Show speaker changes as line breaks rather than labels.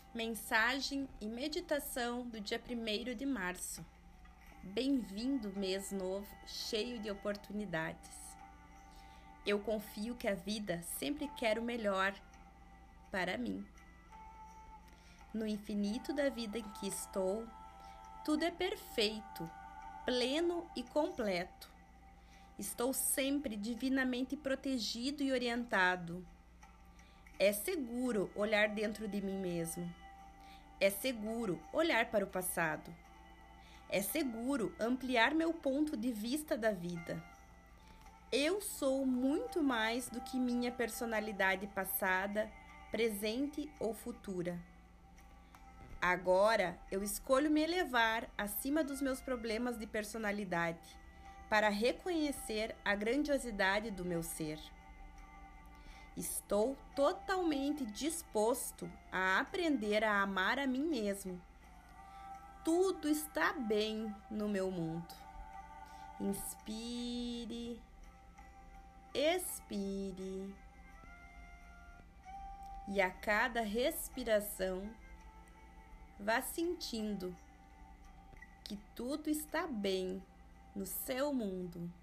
Mensagem e meditação do dia 1º de março. Bem-vindo, mês novo, cheio de oportunidades. Eu confio que a vida sempre quer o melhor para mim. No infinito da vida em que estou, tudo é perfeito, pleno e completo. Estou sempre divinamente protegido e orientado. É seguro olhar dentro de mim mesmo. É seguro olhar para o passado. É seguro ampliar meu ponto de vista da vida. Eu sou muito mais do que minha personalidade passada, presente ou futura. Agora eu escolho me elevar acima dos meus problemas de personalidade, para reconhecer a grandiosidade do meu ser. Estou totalmente disposto a aprender a amar a mim mesmo. Tudo está bem no meu mundo. Inspire, expire. E a cada respiração, vá sentindo que tudo está bem no seu mundo.